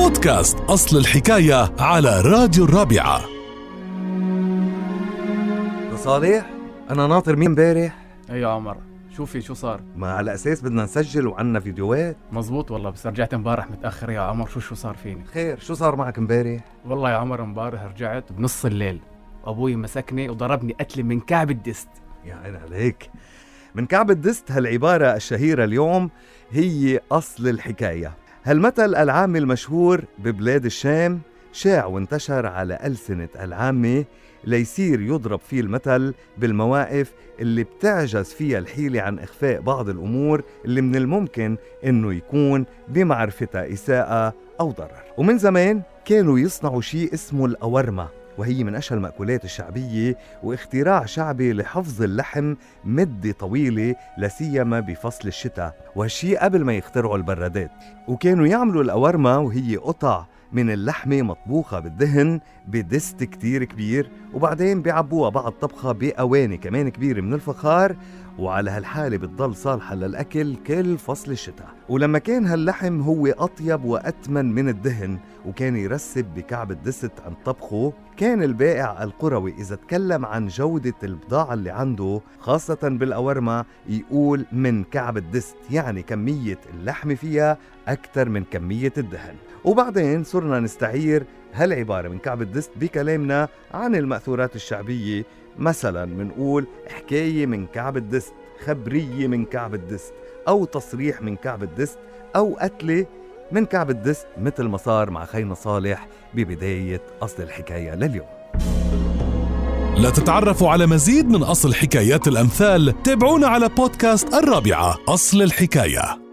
بودكاست أصل الحكاية على راديو الرابعة. صالح، أنا ناطر مين امبارح؟ ايه يا عمر، شو صار؟ ما على أساس بدنا نسجل وعنا فيديوهات. مزبوط والله، بس رجعت امبارح متأخر يا عمر. شو صار فيني؟ خير، شو صار معك امبارح؟ والله يا عمر امبارح رجعت بنص الليل، أبوي مسكني وضربني قتل من كعب الدست. يا عين عليك. من كعب الدست هالعبارة الشهيرة اليوم هي أصل الحكاية. هالمثل العامي المشهور ببلاد الشام شاع وانتشر على ألسنة العامة ليصير يضرب فيه المثل بالمواقف اللي بتعجز فيها الحيلة عن إخفاء بعض الأمور اللي من الممكن إنه يكون بمعرفتها إساءة أو ضرر. ومن زمان كانوا يصنعوا شيء اسمه الأورمة، وهي من أشهر المأكولات الشعبية واختراع شعبي لحفظ اللحم مدة طويلة لسيما بفصل الشتاء، وهالشي قبل ما يخترعوا البرادات. وكانوا يعملوا الأورمة وهي قطع من اللحمة مطبوخة بالدهن بدست كتير كبير، وبعدين بيعبوها بعد طبخة بأواني كمان كبيرة من الفخار، وعلى هالحالة بتضل صالحة للأكل كل فصل الشتاء. ولما كان هاللحم هو أطيب وأتمن من الدهن وكان يرسب بكعب الدست عن طبخه، كان البائع القروي إذا تكلم عن جودة البضاعة اللي عنده خاصة بالأورمة يقول من كعب الدست، يعني كمية اللحم فيها أكثر من كمية الدهن. وبعدين صرنا نستعير هالعبارة من كعب الدست بكلامنا عن المأثورات الشعبية. مثلا منقول حكاية من كعب الدست، خبرية من كعب الدست، أو تصريح من كعب الدست، أو قتلة من كعب الدست، مثل ما صار مع خينا صالح ببداية أصل الحكاية لليوم. لا تتعرفوا على مزيد من أصل حكايات الأمثال، تابعونا على بودكاست الرابعة أصل الحكاية.